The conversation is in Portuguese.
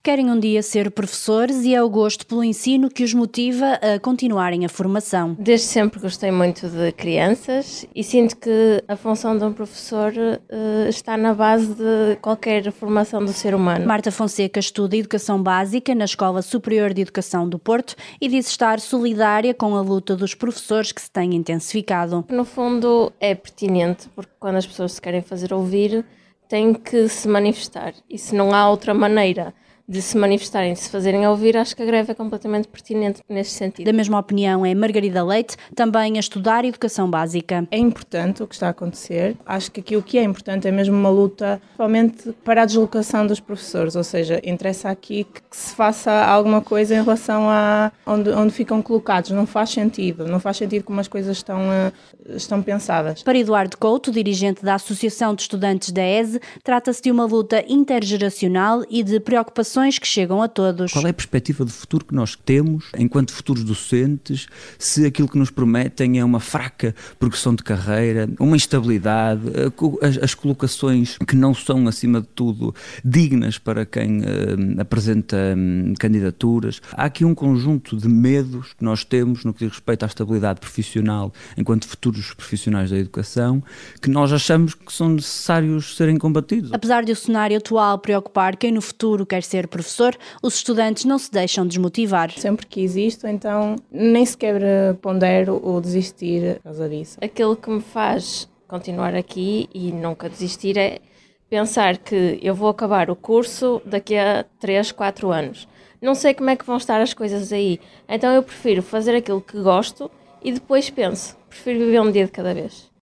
Querem um dia ser professores e é o gosto pelo ensino que os motiva a continuarem a formação. Desde sempre gostei muito de crianças e sinto que a função de um professor está na base de qualquer formação do ser humano. Marta Fonseca estuda Educação Básica na Escola Superior de Educação do Porto e diz estar solidária com a luta dos professores que se tem intensificado. No fundo é pertinente, porque quando as pessoas se querem fazer ouvir, têm que se manifestar e se não há outra maneira de se manifestarem, de se fazerem ouvir, acho que a greve é completamente pertinente nesse sentido. Da mesma opinião é Margarida Leite, também a estudar Educação Básica. É importante o que está a acontecer. Acho que aqui o que é importante é mesmo uma luta, principalmente para a deslocação dos professores, ou seja, interessa aqui que se faça alguma coisa em relação a onde ficam colocados. Não faz sentido como as coisas estão pensadas. Para Eduardo Couto, dirigente da Associação de Estudantes da ESE, trata-se de uma luta intergeracional e de preocupações que chegam a todos. Qual é a perspectiva de futuro que nós temos enquanto futuros docentes, se aquilo que nos prometem é uma fraca progressão de carreira, uma instabilidade, as colocações que não são, acima de tudo, dignas para quem apresenta candidaturas. Há aqui um conjunto de medos que nós temos no que diz respeito à estabilidade profissional enquanto futuros profissionais da educação, que nós achamos que são necessários serem combatidos. Apesar de o cenário atual preocupar quem no futuro quer ser professor, os estudantes não se deixam desmotivar. Sempre que existo, então nem sequer pondero ou desistir por causa disso. Aquilo que me faz continuar aqui e nunca desistir é pensar que eu vou acabar o curso daqui a 3, 4 anos. Não sei como é que vão estar as coisas aí, então eu prefiro fazer aquilo que gosto e depois penso, prefiro viver um dia de cada vez.